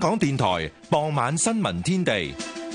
港電台傍晚新聞天地。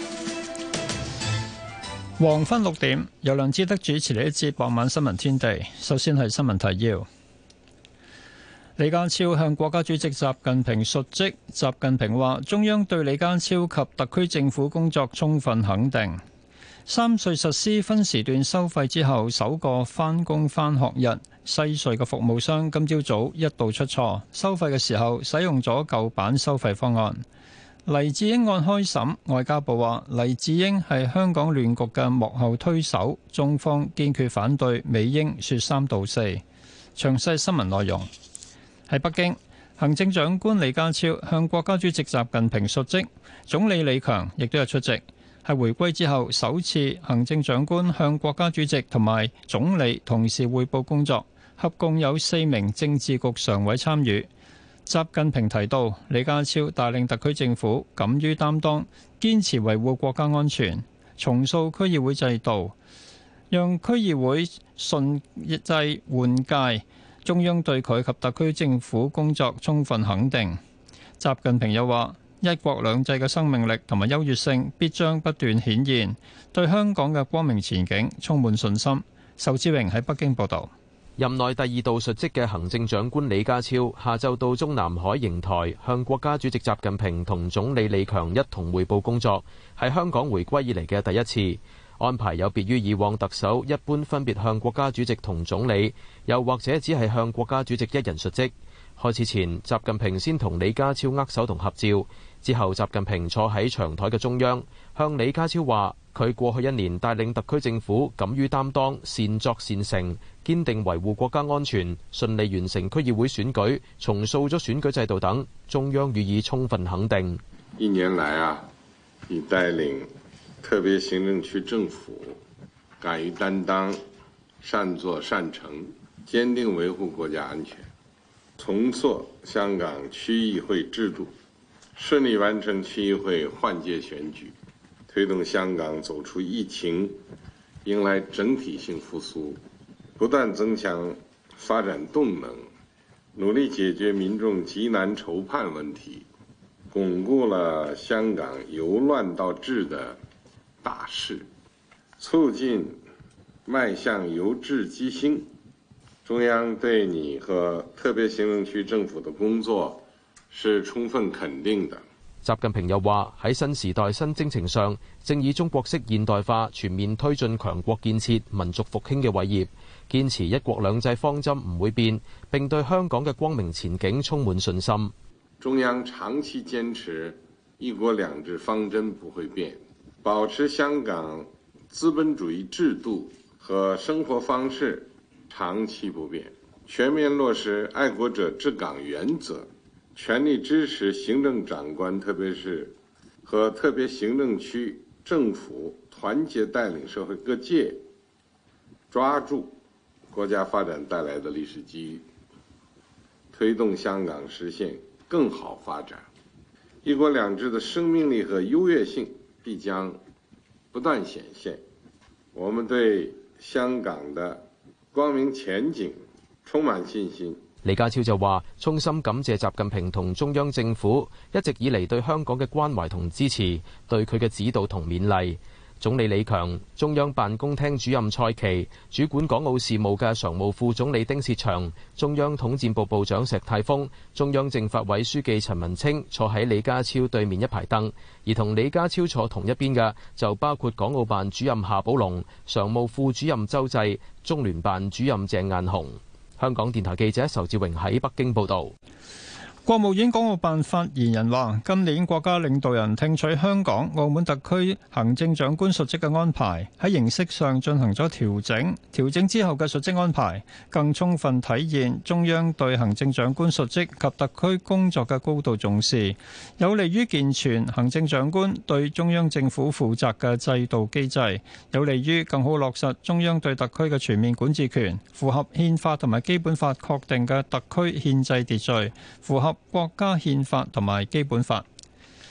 黃昏6點，由梁志德主持呢一節傍晚新聞天地。首先係新聞提要。李家超向國家主席習近平述職，習近平話中央對李家超及特區政府工作充分肯定。三隧實施分時段收費之後，首個返工返學日，西隧嘅服務商今朝早一度出錯，收費嘅時候使用咗舊版收費方案。黎智英案開審，外交部話黎智英係香港亂局嘅幕後推手，中方堅決反對美英說三道四。詳細新聞內容。喺北京，行政長官李家超向國家主席習近平述職，總理李強亦都有出席，係回歸之後首次行政長官向國家主席同埋總理同時匯報工作，合共有4名政治局常委參與。習近平提到，李家超帶領特區政府敢於擔當，堅持維護國家安全，重塑區議會制度，讓區議會順制換屆。中央對佢及特區政府工作充分肯定。習近平又話，一國兩制嘅生命力同埋優越性必將不斷顯現，對香港嘅光明前景充滿信心。仇志榮喺北京報導。 任內第2度述職嘅行政長官李家超下晝到中南海瀛台向國家主席習近平同總理李強一同匯報工作，係香港回歸以嚟嘅第一次。安排有別於以往特首一般分別向國家主席同總理，又或者只係向國家主席一人述職。開始前，習近平先同李家超握手同合照，之後習近平坐喺長台嘅中央，向李家超話佢過去1年帶領特區政府敢於擔當、善作善成，堅定維護國家安全，順利完成區議會選舉，重塑咗選舉制度等，中央予以充分肯定。 1年來你帶領特別行政區政府敢於擔當、善作善成，堅定維護國家安全，重塑香港區議會制度，順利完成區議會換屆選舉，推動香港走出疫情，迎來整體性復甦，不斷增強發展動能，努力解決民眾急難愁盼問題，鞏固了香港由亂到治的大勢，促進邁向由治及興。中央對你和特別行政區政府的工作是充分肯定的。 習近平又話喺新時代新征程上，正以中國式現代化全面推進強國建設、民族復興嘅偉業，堅持一國兩制方針唔會變，並對香港嘅光明前景充滿信心。 中央長期堅持一國兩制方針不會變，保持香港資本主義制度和生活方式長期不變，全面落實愛國者治港原則，全力支持行政長官特別是和特別行政區政府團結帶領社會各界，抓住國家發展帶來的歷史機遇，推動香港實現更好發展。一國兩制的生命力和優越性必將不斷顯現，我們對香港的光明前景充滿信心。 李家超就話，衷心感謝習近平同中央政府一直以嚟對香港嘅關懷同支持，對佢嘅指導同勉勵。總理李強、中央辦公廳主任蔡奇、主管港澳事務嘅常務副總理丁薛祥、中央統戰部部長石泰峰、中央政法委書記陳文清坐喺李家超對面一排凳，而同李家超坐同一邊嘅就包括港澳辦主任夏寶龍、常務副主任周濟、中聯辦主任鄭雁雄。香港電台記者仇志榮喺北京報導。 國務院港澳辦發言人話，今年國家領導人聽取香港、澳門特區行政長官述職嘅安排，喺形式上進行咗調整。調整之後嘅述職安排，更充分體現中央對行政長官述職及特區工作嘅高度重視，有利於健全行政長官對中央政府負責嘅制度機制，有利於更好落實中央對特區嘅全面管治權，符合憲法同埋基本法確定嘅特區憲制秩序，符合國家憲法同埋基本法。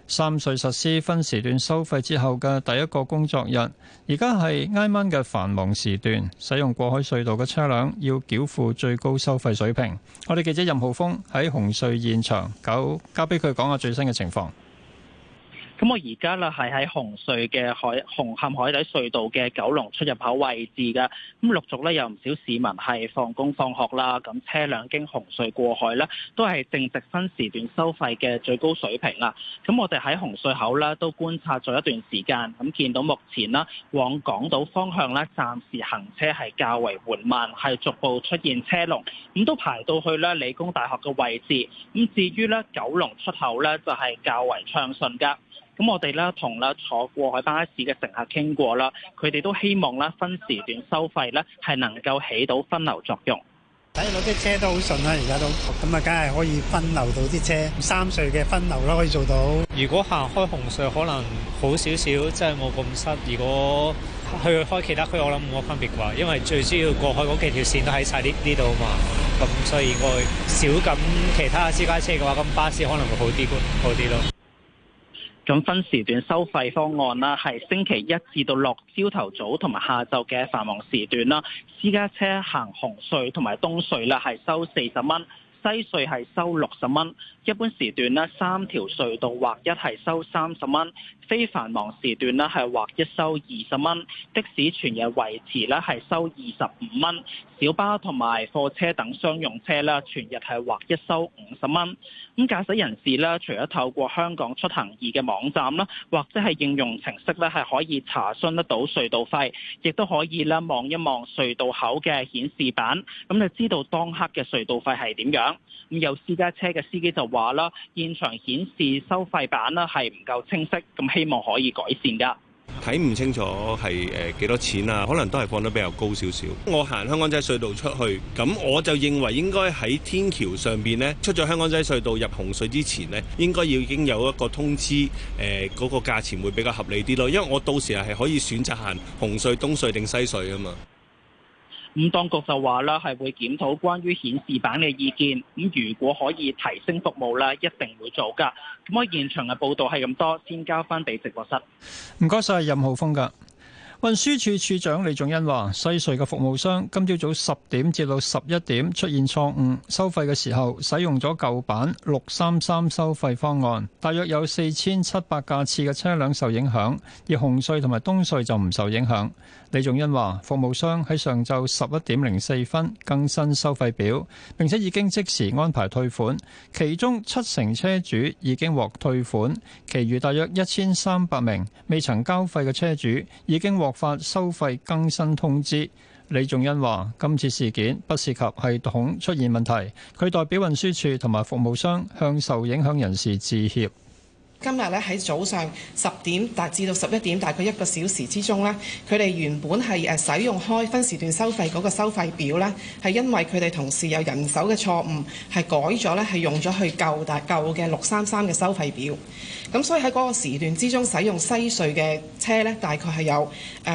三隧實施分時段收費之後嘅第一個工作日，而家係挨晚嘅繁忙時段，使用過海隧道嘅車輛要繳付最高收費水平。我哋記者任浩峰喺紅隧現場交俾佢講下最新嘅情況。 咁我而家咧係喺紅隧嘅紅磡海底隧道嘅九龍出入口位置嘅，咁陸續咧有唔少市民係放工放學啦，咁車輛經紅隧過海咧都係正值分時段收費嘅最高水平啦。咁我哋喺紅隧口咧都觀察咗一段時間，咁見到目前啦往港島方向咧暫時行車係較為緩慢，係逐步出現車龍，咁都排到去咧理工大學嘅位置。咁至於咧九龍出口咧就係較為暢順㗎。咁我哋咧同坐過海巴士嘅乘客傾過啦，佢哋都希望咧分時段收費咧係能夠起到分流作用。 睇到啲車都好順啦，而家都咁啊，梗係可以分流到啲車，三隧嘅分流啦可以做到。 如果行開紅隧可能好少少，即係冇咁塞。如果去開其他區，我諗冇乜分別啩，因為最主要過海嗰幾條線都喺晒呢度啊嘛。咁所以應該少咁其他私家車嘅話，咁巴士可能會好啲咯。 咁分時段收費方案啦，係星期一至到六朝頭早同埋下晝嘅繁忙時段啦，私家車行紅隧同埋東隧啦係收40蚊，西隧係收60蚊。一般時段呢3條隧道劃一係收30蚊，非繁忙時段呢係劃一收20蚊，的士全日維持呢係收25蚊，小巴同埋貨車等商用車呢全日係劃一收50蚊。咁駕駛人士呢，除咗透過香港出行易嘅網站啦，或者係應用程式呢係可以查詢得到隧道費，亦都可以呢望一望隧道口嘅顯示板，咁就知道當刻嘅隧道費係點樣。咁有私家車嘅司機就話啦，現場顯示收費版啦係唔夠清晰，咁希望可以改善㗎。 睇唔清楚係幾多錢啊？可能都係放得比較高少少。我行香港仔隧道出去，咁我就認為應該喺天橋上邊呢，出咗香港仔隧道入紅隧之前呢，應該已經有一個通知，嗰個價錢會比較合理啲咯。因為我到時係可以選擇行紅隧、東隧定西隧啊嘛。 咁當局就話啦，係會檢討關於顯示板嘅意見。咁如果可以提升服務啦，一定會做㗎。咁我現場嘅報道係咁多，先交翻俾直播室。 唔該晒任浩峰㗎。運輸署署長李仲恩話：西隧嘅服務商今朝早10點至到11點出現錯誤收費嘅時候，使用咗舊版633收費方案，大約有4700架次嘅車輛受影響，而紅隧同埋東隧就唔受影響。李仲恩話：服務商喺上晝11點04分更新收費表，並且已經即時安排退款，其中70%車主已經獲退款，其餘大約1300名未曾交費嘅車主已經獲發收費更新通知。李仲恩話：今次事件不涉及系統出現問題，佢代表運輸署同埋服務商向受影響人士致歉。 今日咧喺早上10點至到11點，大概1個小時之中咧，佢哋原本係使用開分時段收費嗰個收費表咧，係因為佢哋同事有人手嘅錯誤，係改咗咧，係用咗去舊嘅633嘅收費表。咁所以喺嗰個時段之中，使用西隧嘅車咧，大概係有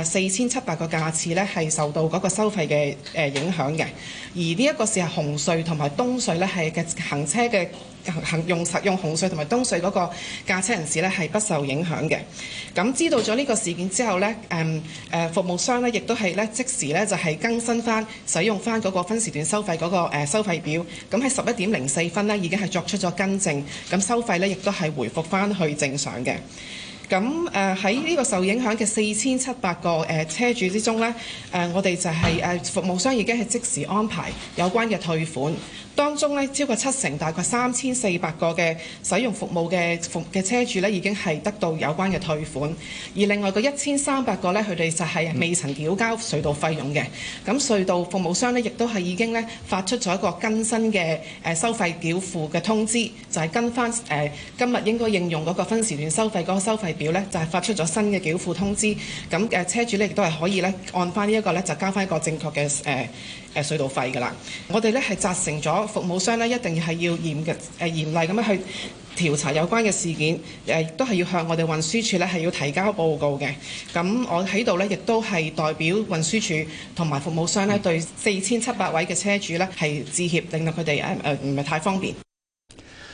4700個架次咧，係受到嗰個收費嘅影響嘅。而呢一個是係紅隧同埋東隧咧，係嘅行車嘅實用紅隧同埋東隧嗰個駕車人士咧係不受影響嘅。咁知道咗呢個事件之後咧，服務商咧亦都係咧即時咧就係更新翻使用翻嗰個分時段收費嗰個收費表。咁喺11點04分咧已經係作出咗更正，咁收費咧亦都係回復翻去正常嘅。咁喺呢個受影響嘅4700個車主之中咧，我哋就係服務商已經係即時安排有關嘅退款。當中咧超過70%，大概3400個嘅使用服務嘅車主咧已經係得到有關嘅退款，而另外個1300個咧佢哋就係未曾繳交隧道費用嘅。咁隧道服務商咧亦都係已經咧發出咗一個更新嘅收費繳付嘅通知，就係跟翻今日應該應用嗰個分時段收費嗰個收費表咧，就係發出咗新嘅繳付通知。咁車主咧亦都係可以咧按翻呢一個咧就交翻一個正確嘅隧道費㗎啦。我哋咧係責成咗服務商咧一定係要嚴厲咁樣去調查有關嘅事件，都係要向我哋運輸署咧係要提交報告嘅。咁我喺度咧亦都係代表運輸署同埋服務商咧對4700位嘅車主咧係致歉，令到佢哋唔係太方便。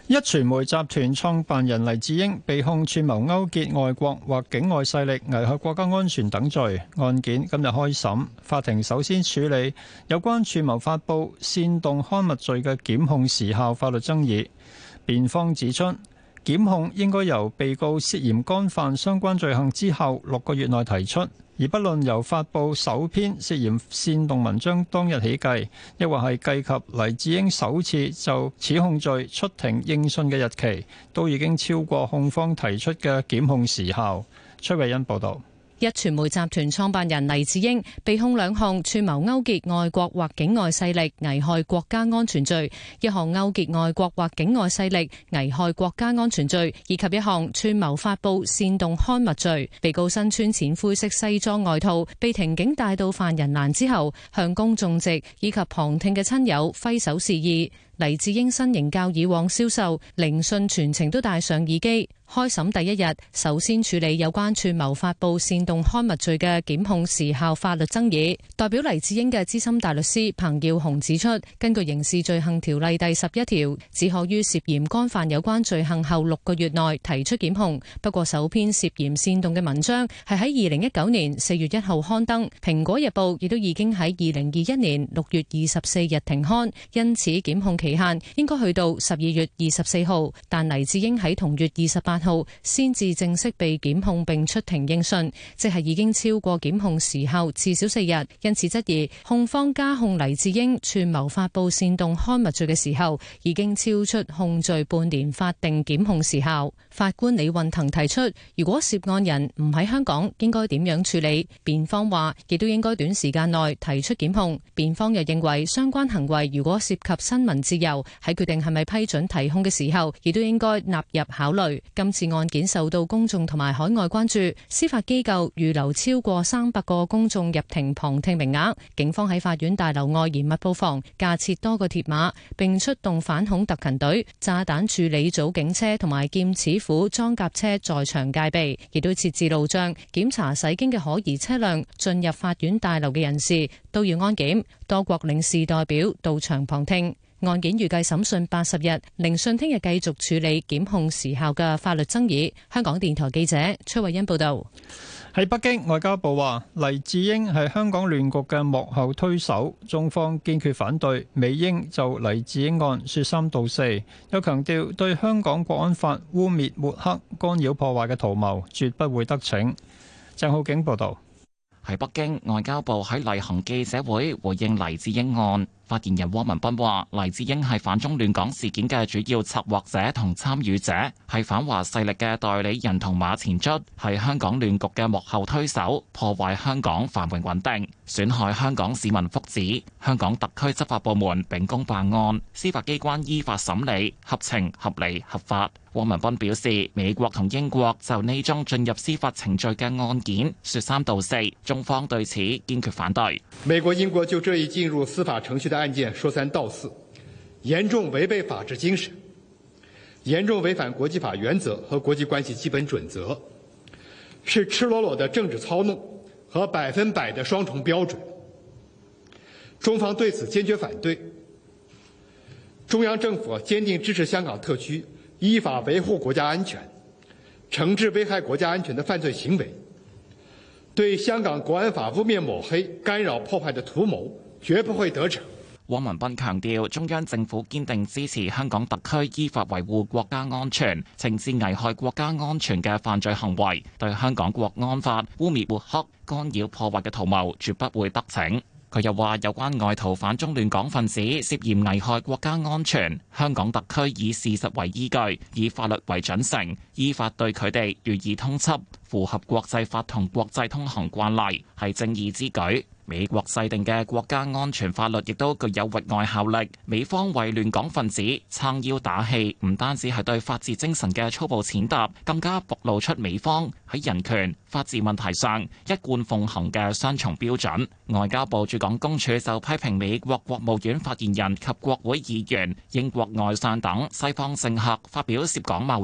壹傳媒集團創辦人黎智英被控串謀勾結外國或境外勢力危害國家安全等罪，案件今日開審。法庭首先處理有關串謀發布煽動刊物罪嘅檢控時效法律爭議。辯方指出，檢控應該由被告涉嫌干犯相關罪行之後6個月內提出，而不論由發布首篇涉嫌煽動文章當日起計，抑或係計及黎智英首次就此控罪出庭應訊嘅日期，都已經超過控方提出嘅檢控時效。崔慧欣報導。 壹傳媒集團創辦人黎智英被控2項串謀勾結外國或境外勢力危害國家安全罪，1項勾結外國或境外勢力危害國家安全罪，以及1項串謀發布煽動刊物罪。被告身穿淺灰色西裝外套，被庭警帶到犯人欄之後，向公眾席以及旁聽嘅親友揮手示意。黎智英身形較以往消瘦，聆訊全程都戴上耳機。開審第一日，首先處理有關串謀發布煽動刊物罪嘅檢控時效法律爭議。代表黎智英嘅資深大律師彭耀雄指出，根據刑事罪行條例第11條，只可於涉嫌干犯有關罪行後6個月內提出檢控。不過首篇涉嫌煽動嘅文章係喺2019年4月1號刊登，蘋果日報亦都已經喺2021年6月24日停刊，因此檢控期限應該去到12月24號。但黎智英喺同月28號先至正式被檢控並出庭應訊，即係已經超過檢控時效至少4日，因此質疑控方加控黎智英串謀發布煽動刊物罪嘅時候，已經超出控罪半年法定檢控時效。法官李運騰提出，如果涉案人唔喺香港，應該點樣處理？辯方話亦都應該短時間內提出檢控。辯方又認為相關行為如果涉及新聞自由，喺決定係咪批准提控嘅時候，亦都應該納入考慮。今次案件受到公眾同埋海外關注，司法機構預留超過300個公眾入庭旁聽名額，警方喺法院大樓外嚴密布防，架設多個鐵馬，並出動反恐特勤隊、炸彈處理組警車同埋劍齒虎裝甲車在場戒備，亦都設置路障，檢查駛經嘅可疑車輛。進入法院大樓嘅人士都要安檢，多國領事代表到場旁聽。案件預計審訊80日，聆訊聽日繼續處理檢控時效嘅法律爭議。香港電台記者崔慧欣報道。 喺北京，外交部話黎智英係香港亂局嘅幕後推手，中方堅決反對美英就黎智英案說三道四，又強調對香港國安法污衊抹黑、干擾破壞嘅圖謀絕不會得逞。鄭浩景報道。 喺北京，外交部喺例行記者會回應黎智英案。發言人汪文斌話：黎智英係反中亂港事件嘅主要策劃者同參與者，係反華勢力嘅代理人同馬前卒，係香港亂局嘅幕後推手，破壞香港繁榮穩定，損害香港市民福祉。香港特區執法部門秉公辦案，司法機關依法審理，合情合理合法。汪文斌表示，美國同英國就呢宗進入司法程序嘅案件說三道四，中方對此堅決反對。 美國、英國就這一進入司法程序的案件說三道四，嚴重違背法治精神，嚴重違反國際法原則和國際關係基本準則，是赤裸裸的政治操弄和100%的雙重標準。中方對此堅決反對。中央政府堅定支持香港特區依法維護國家安全，懲治危害國家安全的犯罪行為，對香港國安法污衊抹黑、干擾破壞的圖謀絕不會得逞。 汪文斌強調，中央政府堅定支持香港特區依法維護國家安全，懲治危害國家安全嘅犯罪行為，對香港國安法污衊抹黑、干擾破壞嘅圖謀絕不會得逞。佢又話：有關外逃反中亂港分子涉嫌危害國家安全，香港特區以事實為依據，以法律為準繩，依法對佢哋予以通緝，符合國際法同國際通行慣例，係正義之舉。美國制定嘅國家安全法律亦都具有域外效力。美方為亂港分子撐腰打氣，唔單止係對法治精神嘅粗暴踐踏，更加暴露出美方喺人權、法治問題上一貫奉行嘅雙重標準。外交部駐港公署就批評美國國務院發言人及國會議員、英國外相等西方政客發表涉港謬論，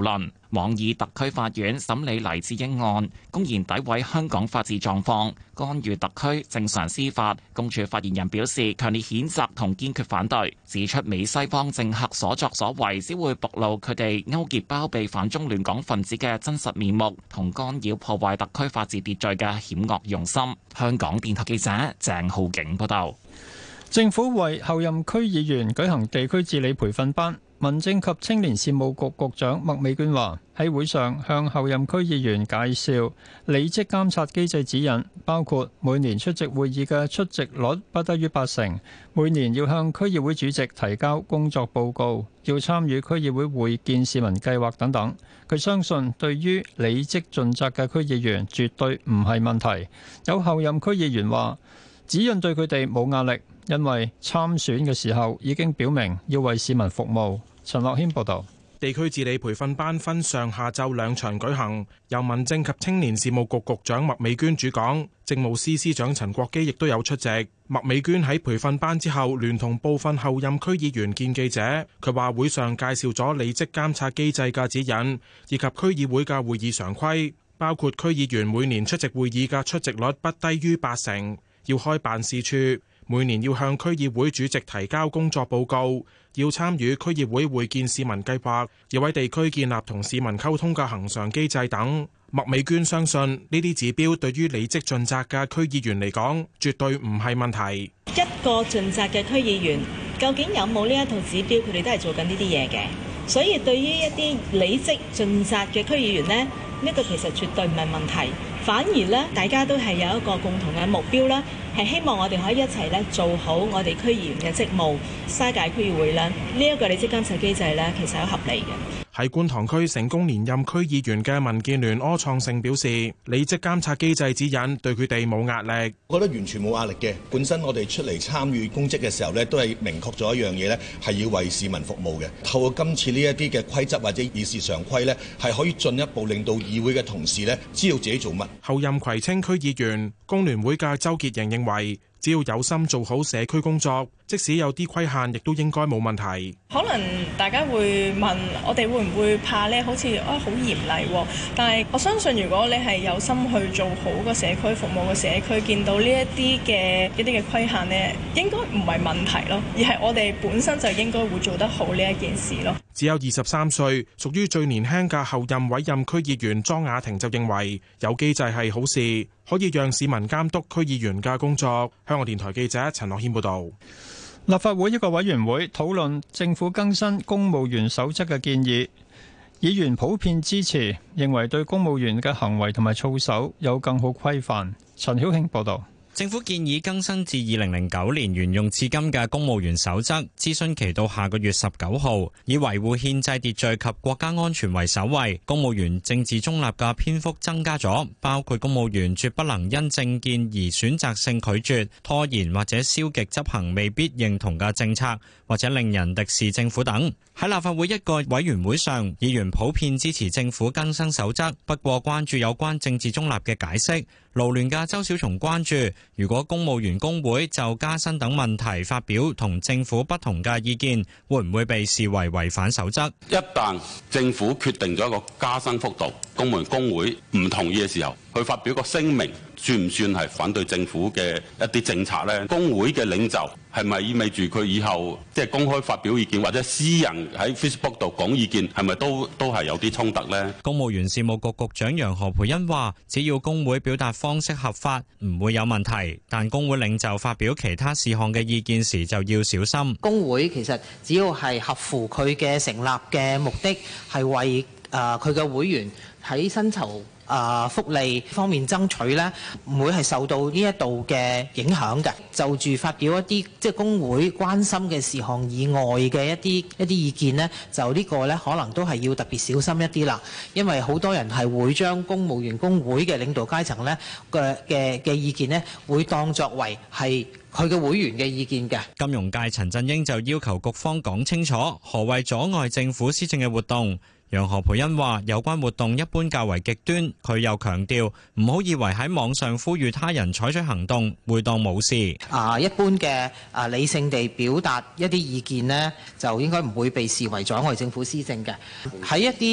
妄以特區法院審理黎智英案，公然詆毀香港法治狀況，干預特區正常司法。公署發言人表示強烈譴責同堅決反對，指出美西方政客所作所為只會暴露佢哋勾結包庇反中亂港分子嘅真實面目，同干擾破壞特區法治秩序嘅險惡用心。香港電台記者鄭浩景報道。 政府為候任區議員舉行地區治理培訓班。民政及青年事務局局長麥美娟話：喺會上向候任區議員介紹履職監察機制指引，包括每年出席會議嘅出席率不低於80%，每年要向區議會主席提交工作報告，要參與區議會會見市民計劃等等。佢相信對於履職盡責嘅區議員絕對唔係問題。有候任區議員話：指引對佢哋冇壓力，因為參選嘅時候已經表明要為市民服務。陳樂軒報導。 地區治理培訓班分上下晝2場舉行，由民政及青年事務局局長麥美娟主講，政務司司長陳國基亦都有出席。麥美娟喺培訓班之後聯同部分候任區議員見記者，佢話會上介紹咗履職監察機制嘅指引，以及區議會嘅會議常規，包括區議員每年出席會議嘅出席率不低於80%，要開辦事處，每年要向區議會主席提交工作報告，要參與區議會會見市民計劃，要喺地區建立同市民溝通嘅恆常機制等。麥美娟相信呢啲指標對於履職盡責嘅區議員嚟講，絕對唔係問題。 一個盡責嘅區議員究竟有冇呢一套指標，佢哋都係做緊呢啲嘢嘅。所以對於一啲履職盡責嘅區議員呢，呢個其實絕對唔係問題。反而呢，大家都係有一個共同嘅目標啦，係希望我哋可以一齊咧做好我哋區議員嘅職務，沙界區議會咧呢一個履職監察機制咧，其實係合理嘅。 喺觀塘區成功連任區議員嘅民建聯柯創盛表示，履職監察機制指引對佢哋冇壓力。 我覺得完全冇壓力嘅。本身我哋出嚟參與公職嘅時候呢，都係明確咗一樣嘢呢，係要為市民服務嘅。透過今次呢一啲嘅規則或者議事常規呢，係可以進一步令到議會嘅同事呢知道自己做乜。 候任葵青區議員工聯會嘅周潔瑩認為，只要有心做好社區工作，即使有啲規限，亦都應該冇問題。 可能大家會問我哋會唔會怕呢？好似好嚴厲喎。但係我相信，如果你係有心去做好個社區服務嘅社區，見到呢一啲嘅規限呢，應該唔係問題咯，而係我哋本身就應該會做得好呢一件事咯。 只有23歲，屬於最年輕嘅候任委任區議員莊雅婷就認為有機制係好事，可以讓市民監督區議員嘅工作。香港電台記者陳樂軒報導。 立法會一個委員會討論政府更新公務員守則嘅建議，議員普遍支持，認為對公務員嘅行為同埋操守有更好規範。陳曉慶報導。 政府建議更新至2009年沿用至今嘅公務員守則，諮詢期到下個月19號，以維護憲制秩序及國家安全為首位。公務員政治中立嘅篇幅增加咗，包括公務員絕不能因政見而選擇性拒絕、拖延或者消極執行未必認同嘅政策，或者令人敵視政府等。喺立法會一個委員會上，議員普遍支持政府更新守則，不過關注有關政治中立嘅解釋。勞聯嘅周小松關注，如果公務員工會就加薪等問題發表同政府不同嘅意見，會唔會被視為違反守則？ 一旦政府決定咗一個加薪幅度，公務員工會唔同意嘅時候，佢發表個聲明，算唔算係反對政府嘅一啲政策呢？工會嘅領袖係咪意味住佢以後即係公開發表意見，或者私人喺 Facebook 度講意見，係咪都係有啲衝突呢？ 公務員事務局局長楊何蓓茵話，只要工會表達方式合法，唔會有問題，但工會領袖發表其他事項嘅意見時就要小心。 工會其實只要係合乎佢嘅成立嘅目的，係為佢嘅會員喺薪酬福利方面爭取呢，唔會係受到呢一度嘅影響嘅。就住發表一啲即係工會關心嘅事項以外嘅一啲意見呢，就呢個呢可能都係要特別小心一啲啦。因為好多人係會將公務員工會嘅領導階層呢嘅意見呢，會當作為係佢嘅會員嘅意見嘅。 金融界陳振英就要求局方講清楚何謂阻礙政府施政嘅活動。楊何蓓茵話：有關活動一般較為極端，佢又強調唔好以為喺網上呼籲他人採取行動會當冇事。 一般嘅理性地表達一啲意見呢，就應該唔會被視為阻礙政府施政嘅。喺一啲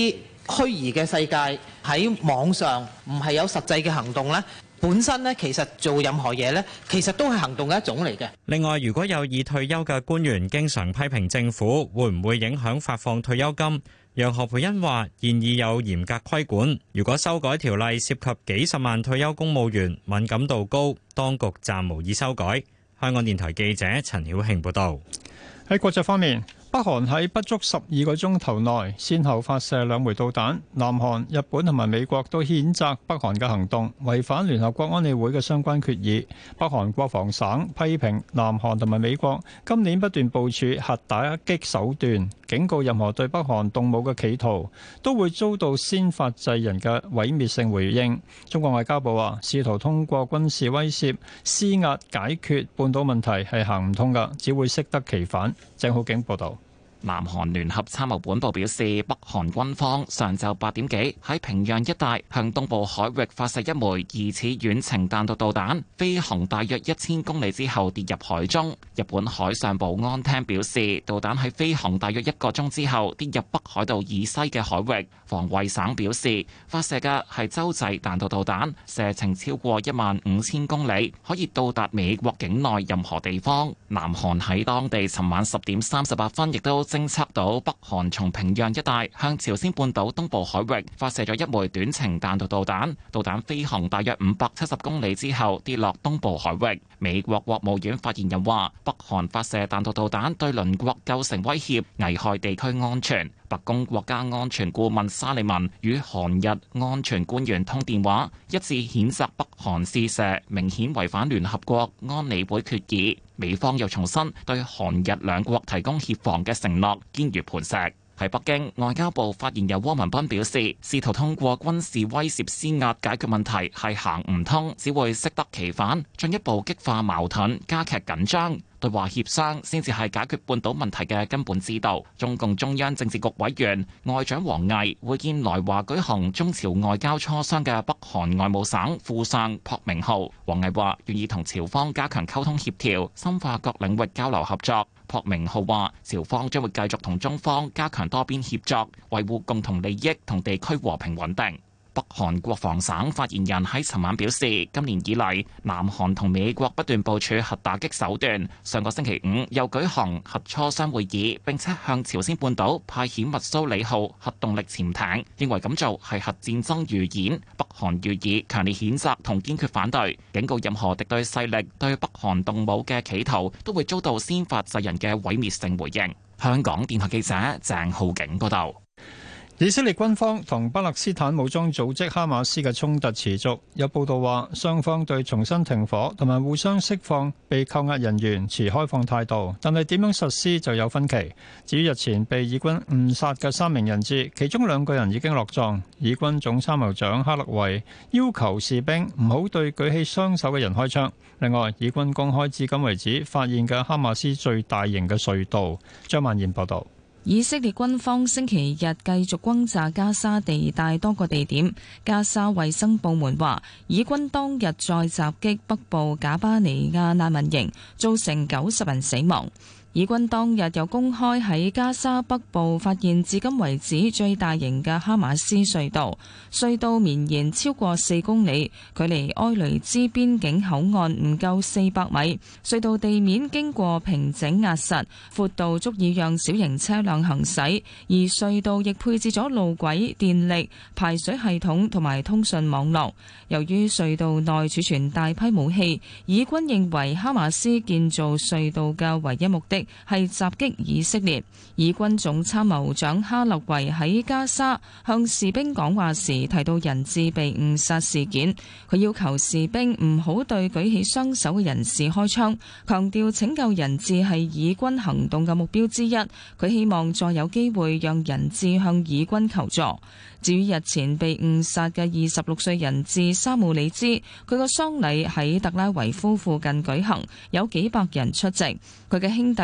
虛擬嘅世界喺網上唔係有實際嘅行動呢，本身呢，其實做任何嘢呢，其實都係行動嘅一種嚟嘅。 另外，如果有已退休嘅官員經常批評政府，會唔會影響發放退休金？楊何蓓茵話：現已有嚴格規管，如果修改條例涉及幾十萬退休公務員，敏感度高，當局暫無意修改。香港電台記者陳曉慶報導。 喺國際方面，北韓喺不足12個鐘頭內，先後發射2枚導彈。南韓、日本同埋美國都譴責北韓嘅行動，違反聯合國安理會嘅相關決議。北韓國防省批評南韓同埋美國今年不斷部署核打擊手段，警告任何對北韓動武嘅企圖都會遭到先發制人嘅毀滅性回應。中國外交部話，試圖通過軍事威懾施壓解決半島問題係行唔通㗎，只會適得其反。鄭浩景報導。 南韓聯合參謀本部表示，北韓軍方上晝8點幾喺平壤一帶向東部海域發射1枚疑似遠程彈道導彈，飛行大約1000公里之後跌入海中。日本海上保安廳表示，導彈喺飛行大約1個鐘之後跌入北海道以西嘅海域。防衛省表示，發射嘅係洲際彈道導彈，射程超過15000公里，可以到達美國境內任何地方。南韓喺當地尋晚10點38分亦都偵測到北韓從平壤一帶向朝鮮半島東部海域發射咗1枚短程彈道導彈，導彈飛行大約570公里之後跌落東部海域。美國國務院發言人話，北韓發射彈道導彈對鄰國構成威脅，危害地區安全。白宮國家安全顧問沙利文與韓日安全官員通電話，一致譴責北韓試射明顯違反聯合國安理會決議。美方又重申對韓日兩國提供協防嘅承諾，堅如磐石。喺北京，外交部發言人汪文斌表示，試圖通過軍事威懾施壓解決問題係行唔通，只會適得其反，進一步激化矛盾，加劇緊張。對話協商先至係解決半島問題嘅根本之道。中共中央政治局委員外長王毅會見來華舉行中朝外交磋商嘅北韓外務省副相朴明浩。王毅話願意同朝方加強溝通協調，深化各領域交流合作。朴明浩話，朝方將會繼續同中方加強多邊協作，維護共同利益同地區和平穩定。北韓國防省發言人喺尋晚表示，今年以嚟，南韓同美國不斷部署核打擊手段。上個星期5又舉行核磋商會議，並且向朝鮮半島派遣密蘇里號核動力潛艇，認為咁做係核戰爭預演。北韓予以強烈譴責同堅決反對，警告任何敵對勢力對北韓動武嘅企圖都會遭到先發制人嘅毀滅性回應。香港電台記者鄭浩景報道。 以色列軍方同巴勒斯坦武裝組織哈馬斯嘅衝突持續，有報道話雙方對重新停火同埋互相釋放被扣押人員持開放態度，但係點樣實施就有分歧。至於日前被以軍誤殺嘅3名人質，其中2個人已經落葬。以軍總參謀長哈勒維要求士兵唔好對舉起雙手嘅人開槍。另外，以軍公開至今為止發現嘅哈馬斯最大型嘅隧道。張曼燕報導。 以色列軍方星期日繼續轟炸加沙地帶多個地點。加沙衛生部門話，以軍當日再襲擊北部賈巴尼亞難民營，造成90人死亡。以軍當日又公開喺加沙北部發現至今為止最大型嘅哈馬斯隧道，隧道綿延超過4公里，距離埃雷茲邊境口岸唔夠400米。隧道地面經過平整壓實，闊度足以讓小型車輛行駛，而隧道亦配置咗路軌、電力、排水系統同埋通訊網絡。由於隧道內儲存大批武器，以軍認為哈馬斯建造隧道嘅唯一目的係襲擊以色列。以軍總參謀長哈勒維喺加沙向士兵講話時提到人質被誤殺事件，佢要求士兵唔好對舉起雙手嘅人士開槍，強調拯救人質係以軍行動嘅目標之一。佢希望再有機會讓人質向以軍求助。至於日前被誤殺嘅26歲人質沙姆里茲，佢個喪禮喺特拉維夫附近舉行，有幾百人出席。佢嘅兄弟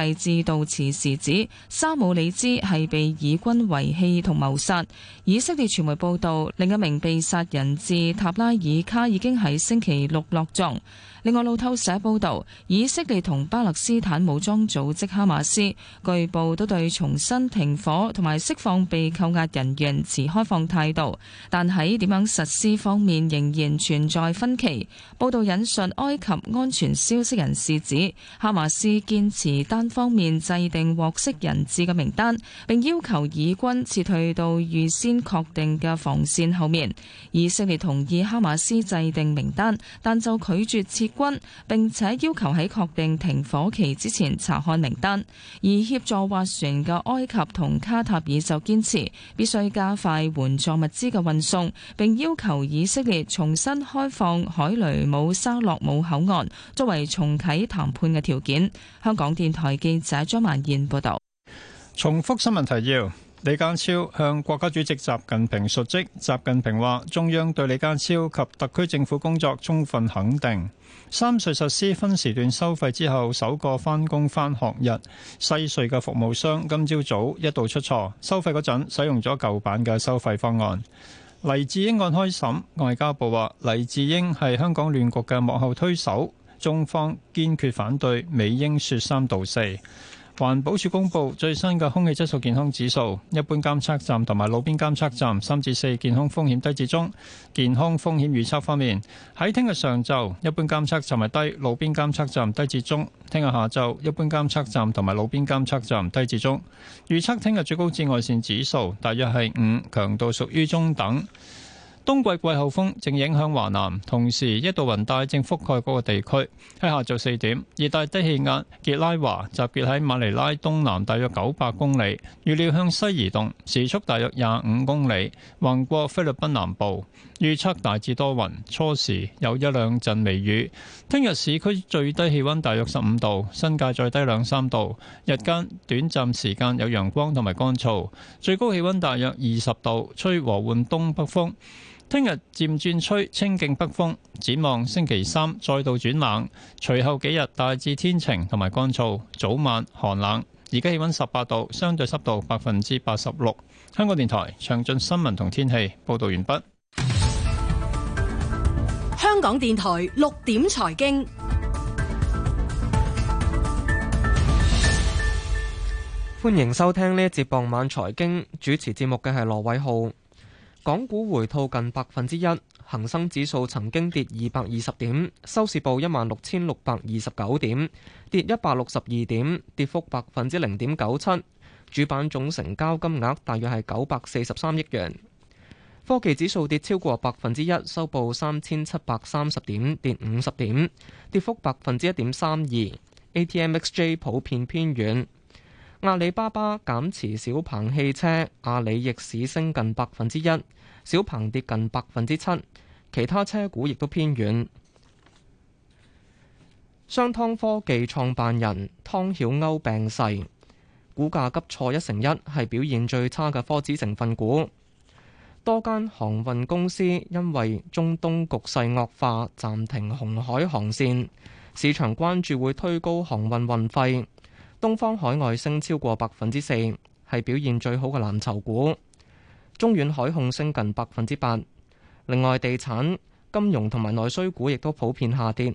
制致到此時指沙姆里茲係被以軍遺棄同謀殺。以色列傳媒報道，另一名被殺人質塔拉爾卡已經喺星期六落葬。另外，路透社報道，以色列同巴勒斯坦武裝組織哈馬斯據報都對重新停火同埋釋放被扣押人員持開放態度，但喺點樣實施方面仍然存在分歧。報道引述埃及安全消息人士指，哈馬斯堅持單方面制定獲釋人質嘅名單，並要求以軍撤退到預先確定嘅防線後面。以色列同意哈馬斯制定名單，但就拒絕撤軍，並且要求喺確定停火期之前查看名單。而協助斡旋嘅埃及同卡塔爾就堅持必須加快援助物資嘅運送，並要求以色列重新開放海雷姆沙洛姆口岸，作為重啟談判嘅條件。香港電台記者張曼燕報道。 重複新聞提要。李家超向國家主席習近平述職，習近平話中央對李家超及特區政府工作充分肯定。三隧實施分時段收費之後，首個返工返學日，西隧嘅服務商今朝早一度出錯，收費嗰陣使用咗舊版嘅收費方案。黎智英案開審，外交部話黎智英係香港亂局嘅幕後推手，中方堅決反對美英說三道四。環保署公布最新嘅空氣質素健康指數，一般監測站同埋路邊監測站3至4，健康風險低至中。健康風險預測方面，喺聽日上晝，一般監測站係低，路邊監測站低至中。聽日下晝，一般監測站同埋路邊監測站低至中。預測聽日最高紫外線指數大約係5，強度屬於中等。冬季季候風正影響華南，同時一道雲帶正覆蓋嗰個地區。喺下晝4點，熱帶低氣壓傑拉華集結喺馬尼拉東南大約900公里，預料向西移動，時速大約25公里，橫過菲律賓南部。預測大致多雲，初時有一兩陣微雨。聽日市區最低氣溫大約15度，新界再低2-3度。日間短暫時間有陽光同埋乾燥，最高氣溫大約20度，吹和緩東北風。聽日漸轉吹清勁北風，展望星期三再度轉冷，隨後幾日大致天晴同埋乾燥，早晚寒冷。而家氣溫18度，相對濕度86%。香港電台詳盡新聞同天氣報導完畢。 香港電台6點財經， 歡迎收聽呢一節傍晚財經，主持節目嘅係羅偉浩。港股回吐近1%，恒生指數曾經跌220點，收市報16,629點，跌162點，跌幅0.97%。主板總成交金額大約係943億元。科技指數跌超過1%，收報3,730點，跌50點，跌幅1.32%。ATMXJ 普遍偏軟。阿里巴巴減持小鵬汽車，阿里逆市升近1%，小鵬跌近7%，其他車股亦都偏軟。商湯科技創辦人湯曉鷗病逝，股價急挫1%，係表現最差嘅科指成分股。多間航運公司因為中東局勢惡化，暫停紅海航線，市場關注會推高航運運費。東方海外升超過4%，係表現最好嘅藍籌股。中遠海控升近8%。另外，地產、金融同埋內需股亦都普遍下跌。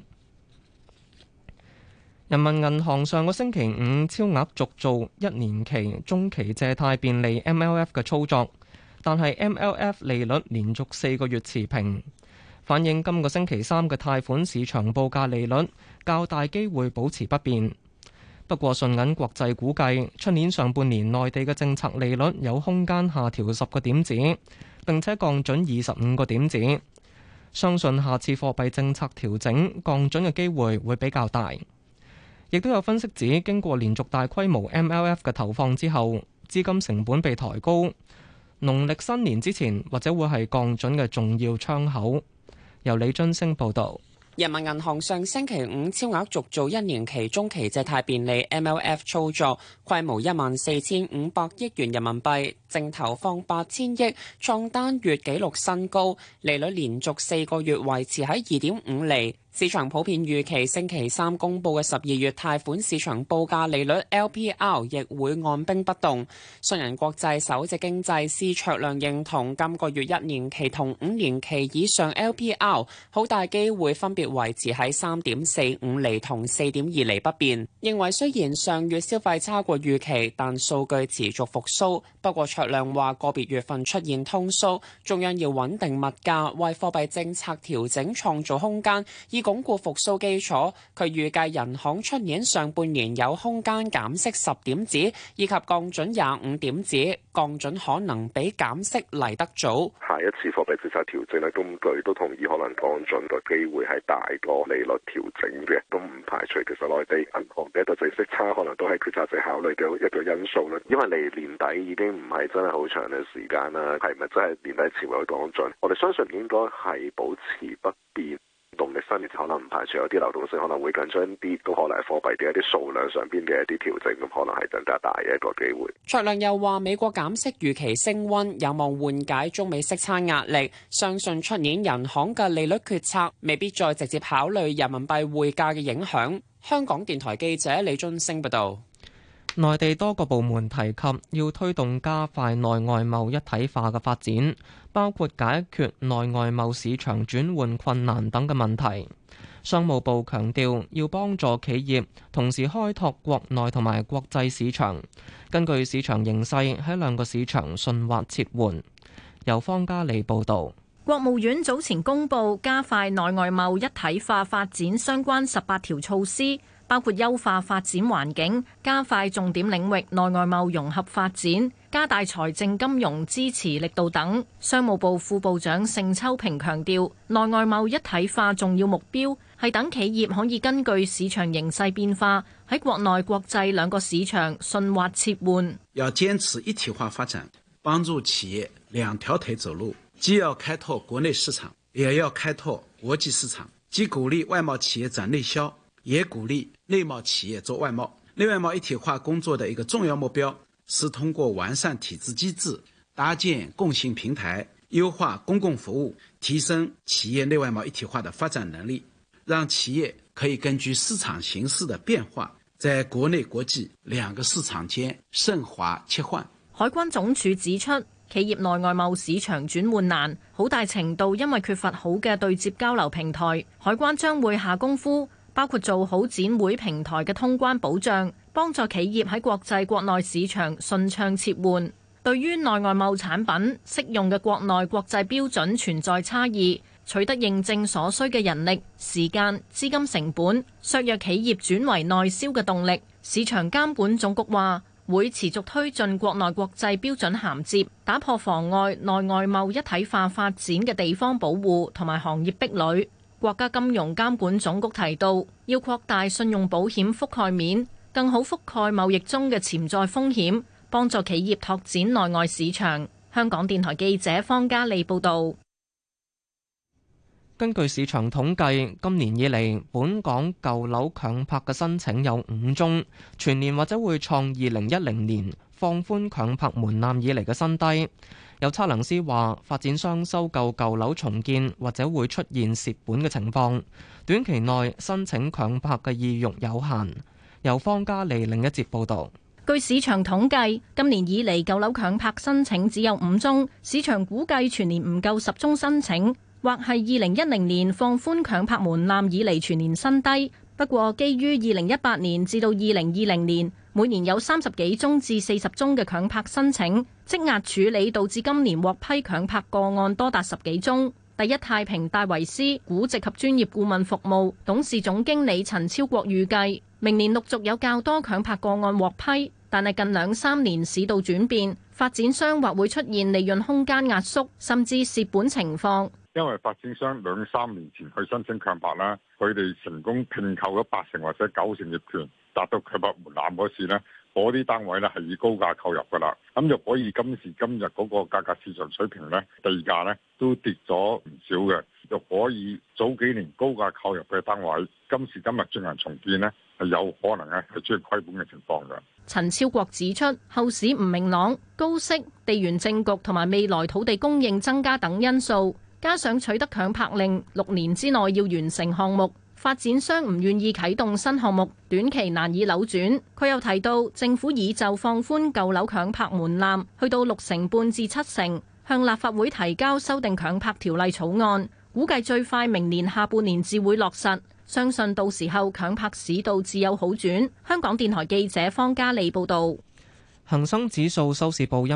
人民銀行上個星期五超額續做1年期中期借貸便利 MLF 嘅操作，但係 MLF 利率連續4個月持平，反映今個星期三嘅貸款市場報價利率較大機會保持不變。不過，信銀國際估計，出年上半年內地嘅政策利率有空間下調10個點子，並且降準25個點子。相信下次貨幣政策調整降準嘅機會會比較大。亦都有分析指，經過連續大規模 MLF 嘅投放之後，資金成本被抬高，農曆新年之前或者會係降準嘅重要窗口。由李津升報導。 人民銀行上星期五超額續做1年期中期借貸便利 MLF 操作，規模14,500億元人民幣， 淨投放8000億，創單月紀錄新高，利率連續4個月維持喺2.5厘。市場普遍預期星期三公佈嘅12月貸款市場報價利率 LPR 亦會按兵不動。信銀國際首席經濟師卓亮認同，今個月1年期同5年期以上 LPR 好大機會分別維持喺3.45厘同4.2厘不變。認為雖然上月消費差過預期，但數據持續復甦。不過卓亮話，個別月份出現通縮，中央要穩定物價，為貨幣政策調整創造空間，以鞏固復甦基礎。佢預計人行出年上半年有空間減息10點子，以及降準25點子，降準可能比減息嚟得早。 下一次貨幣政策調整嘅工具都同意可能降準嘅機會係大過利率調整嘅，都唔排除其實內地銀行嘅一個淨息差可能都係決策者考慮嘅一個因素啦。因為離年底已經唔係真係好長嘅時間啦，係咪真係年底前會降準？我哋相信應該係保持不變。農曆新年可能唔排除有啲流動性可能會緊張啲，都可能係貨幣嘅一啲數量上邊嘅一啲調整，咁可能係更加大嘅一個機會。 卓亮又話，美國減息預期升溫，有望緩解中美息差壓力，相信出年人行嘅利率決策未必再直接考慮人民幣匯價嘅影響。香港電台記者李津升報道。 內地多個部門提及要推動加快內外貿一體化嘅發展，包括解決內外貿市場轉換困難等嘅問題。商務部強調要幫助企業同時開拓國內同埋國際市場，根據市場形勢喺兩個市場順滑切換。由方嘉利報導。 國務院早前公布加快內外貿一體化發展相關18條措施，包括優化發展環境、加快重點領域內外貿融合發展、加大財政金融支持力度等。商務部副部長盛秋平強調，內外貿一體化重要目標係等企業可以根據市場形勢變化，喺國內國際兩個市場順滑切換。 要堅持一體化發展，幫助企業兩條腿走路，既要開拓國內市場，也要開拓國際市場，既鼓勵外貿企業展內銷，也鼓勵內貿企業做外貿。內外貿一體化工作的一個重要目標是通過完善體制機制，搭建共性平台，優化公共服務，提升企業內外貿一體化的發展能力，讓企業可以根據市場形勢的變化，在國內國際兩個市場間順滑切換。 海關總署指出，企業內外貿市場轉換難，好大程度因為缺乏好嘅對接交流平台。海關將會下功夫，包括做好展會平台嘅通關保障，幫助企業喺國際國內市場順暢切換。對於內外貿產品適用嘅國內國際標準存在差異，取得認證所需嘅人力、時間、資金成本，削弱企業轉為內銷嘅動力。市場監管總局話會持續推進國內國際標準銜接，打破妨礙內外貿一體化發展嘅地方保護同埋行業壁壘。國家金融監管總局提到，要擴大信用保險覆蓋面，更好覆蓋貿易中嘅潛在風險，幫助企業拓展內外市場。香港電台記者方嘉利報導。 根據市場統計，今年以嚟本港舊樓強拍嘅申請有5宗，全年或者會創2010年放寬強拍門檻以嚟嘅新低。有測量師話，發展商收購舊樓重建或者會出現蝕本嘅情況，短期內申請強拍嘅意欲有限。由方嘉利另一節報導。 據市場統計，今年以嚟舊樓強拍申請只有5宗，市場估計全年唔夠10宗申請，或係2010年放寬強拍門檻以嚟全年新低。不過，基於2018年至到2020年每年有30幾宗至40宗嘅強拍申請，積壓處理導致今年獲批強拍個案多達10幾宗。第一太平戴維斯估值及專業顧問服務董事總經理陳超國預計，明年陸續有較多強拍個案獲批，但係近2-3年市道轉變，發展商或會出現利潤空間壓縮，甚至蝕本情況。 因為發展商2-3年前去申請強拍啦，佢哋成功併購咗80%或者90%業權，達到強拍門檻嗰時呢， 嗰啲單位咧係以高價購入㗎啦。咁就可以今時今日嗰個價格市場水平咧，地價咧都跌咗唔少嘅，就可以早幾年高價購入嘅單位，今時今日進行重建呢，係有可能咧係出現虧本嘅情況㗎。 陳超國指出，後市唔明朗、高息、地緣政局同埋未來土地供應增加等因素，加上取得強拍令，6年之內要完成項目，發展商唔願意啟動新項目，短期難以扭轉。佢又提到，政府已就放寬舊樓強拍門檻，去到6成半至7成，向立法會提交修訂強拍條例草案，估計最快明年下半年至會落實。相信到時候強拍市道自有好轉。香港電台記者方嘉利報導。 恒生指數收市報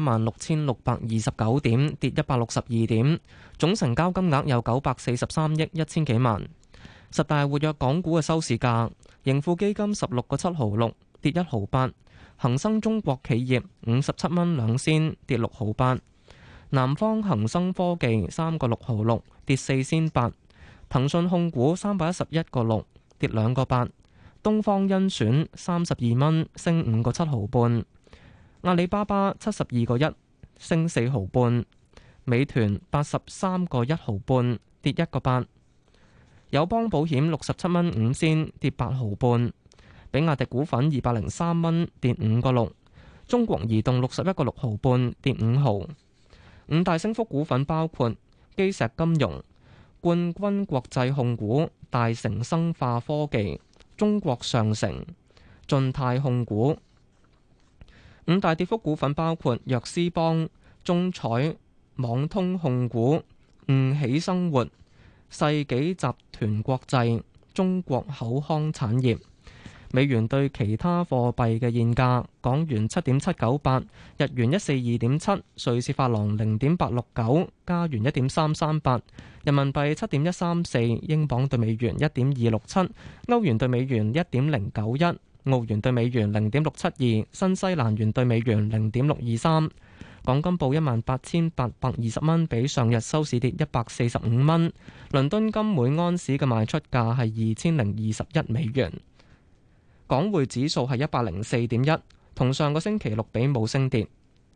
16,629點，跌162點，總成交金額有943億1000幾萬。十大活躍港股嘅收市價，盈富基金16個7毫6，跌1毫8；恒生中國企業57蚊2仙，跌6毫8；南方恒生科技3個6毫6，跌4仙8；騰訊控股311個6，跌2個8；東方甄選32蚊，升5個7毫半；阿里巴巴72個1，升4毫半；美團83個1毫半，跌1個8；友邦保險67蚊5仙，跌8毫半；比亞迪股份203蚊，跌5個6；中國移動61個6毫半，跌5毫。五大升幅股份包括基石金融、冠軍國際控股、大成生化科技、中國上城、晉泰控股。五大跌幅股份包括藥師幫、中彩網通控股、悟喜生活、世紀集團國際、中國口腔產業。美元對其他貨幣嘅現價：港元7.798，日元142.7，瑞士法郎0.869，加元1.338，人民幣7.134，英鎊對美元1.267，歐元對美元1.091，澳元對美元0.672，新西蘭元對美元0.623。港金報18,820蚊，比上日收市跌145蚊。倫敦金每安士嘅賣出價係2021美元。港匯指數係104.1，同上個星期六比冇升跌。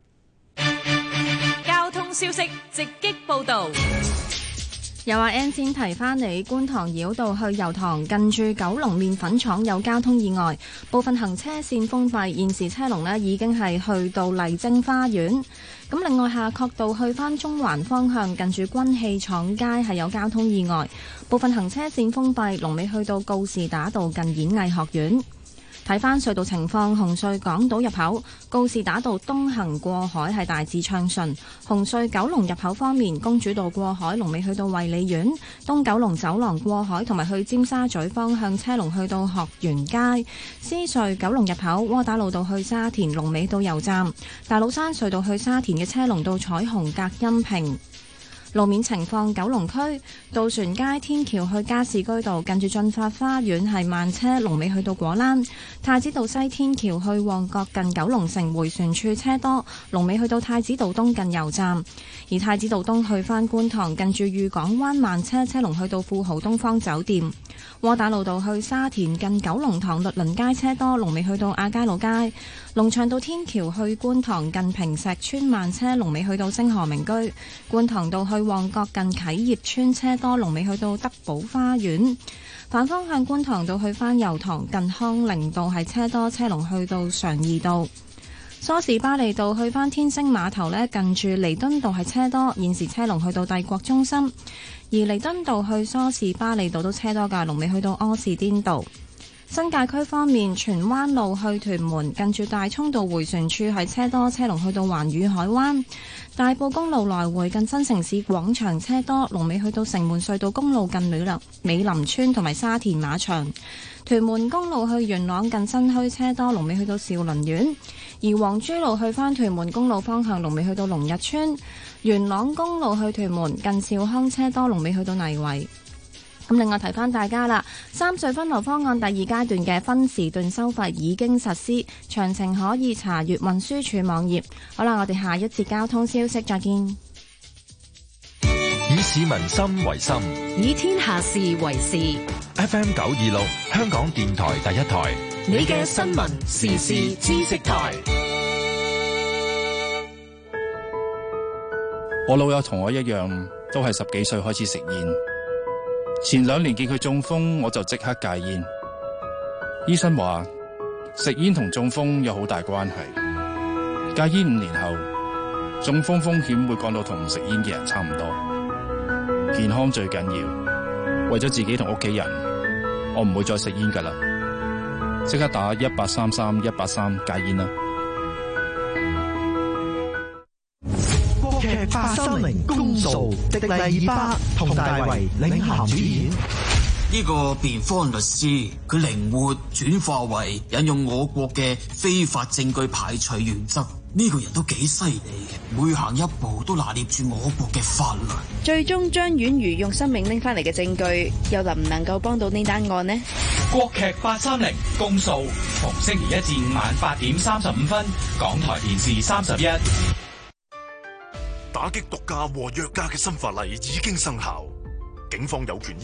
交通消息直擊報導。 有阿 N 先提翻你，觀塘繞道去油塘近住九龍麵粉廠有交通意外，部分行車線封閉，現時車龍已經係去到麗晶花園。咁另外夏慤道去翻中環方向近住軍器廠街係有交通意外，部分行車線封閉，龍尾去到告士打道近演藝學院。睇返隧道情況，紅隧港島入口告士打道東行過海係大致暢順。紅隧九龍入口方面，公主道過海龍尾去到衛理苑，東九龍走廊過海同埋去尖沙咀方向車龍去到學園街。獅隧九龍入口窩打老道去沙田龍尾到油站，大老山隧道去沙田嘅車龍到彩虹隔音屏。路面情況，九龍區渡船街天橋去加士居道近住進發花園係慢車，龍尾去到果欄。太子道西天橋去旺角近九龍城迴旋處車多，龍尾去到太子道東近油站。而太子道東去返觀塘近住裕港灣慢車，車龍去到富豪東方酒店。窩打老道去沙田近九龍塘律倫街車多，龍尾去到亞皆老街。龍翔道天橋去觀塘近坪石村慢車，龍尾去到星河名居。觀塘道去旺角近啟業村車多，龍尾去到德寶花園。反方向觀塘道去返油塘近康寧道係車多，車龍去到常怡道。梳士巴利道去返天星碼頭呢，近住彌敦道係車多，現時車龍去到帝國中心。而彌敦道去梳士巴利道都車多㗎，龍尾去到柯士甸道。新界區方面，荃灣路去屯門近住大涌道迴旋處係車多，車龍去到環宇海灣。大埔公路來回近新城市廣場車多，龍尾去到城門隧道公路近美林村同埋沙田馬場。屯門公路去元朗近新墟車多，龍尾去到兆麟苑。而黃珠路去返屯門公路方向，龍尾去到龍日村。元朗公路去屯門近兆康車多，龍尾去到泥圍。咁另外提翻大家啦，三隧分流方案第2階段嘅分時段收費已經實施，詳情可以查閱運輸署網頁。好啦，我哋下一節交通消息再見。 以市民心為心， 以天下事為事。 FM 926，香港電台第一台。 你嘅新聞時事知識台。 我老友同我一樣，都係10幾歲開始食煙。前2年見佢中風，我就即刻戒煙。醫生話食煙同中風有好大關係。戒煙5年後，中風風險會降到同唔食煙嘅人差唔多。健康最緊要，為咗自己同屋企人，我唔會再食煙㗎啦。即刻打1833-183戒煙啦！ 國劇830公訴，迪麗熱巴、佟大為領銜主演。 呢個辯方律師，佢靈活轉化為引用我國嘅非法證據排除原則。呢個人都幾犀利嘅，每行一步都拿捏住我國嘅法律。 最終張婉如用生命拎翻嚟嘅證據，又能唔能夠幫到呢單案呢？ 國劇830公訴，逢星期1至5晚8點35分，港台電視31。 打擊毒駕和藥駕嘅新法例已經生效，警方有權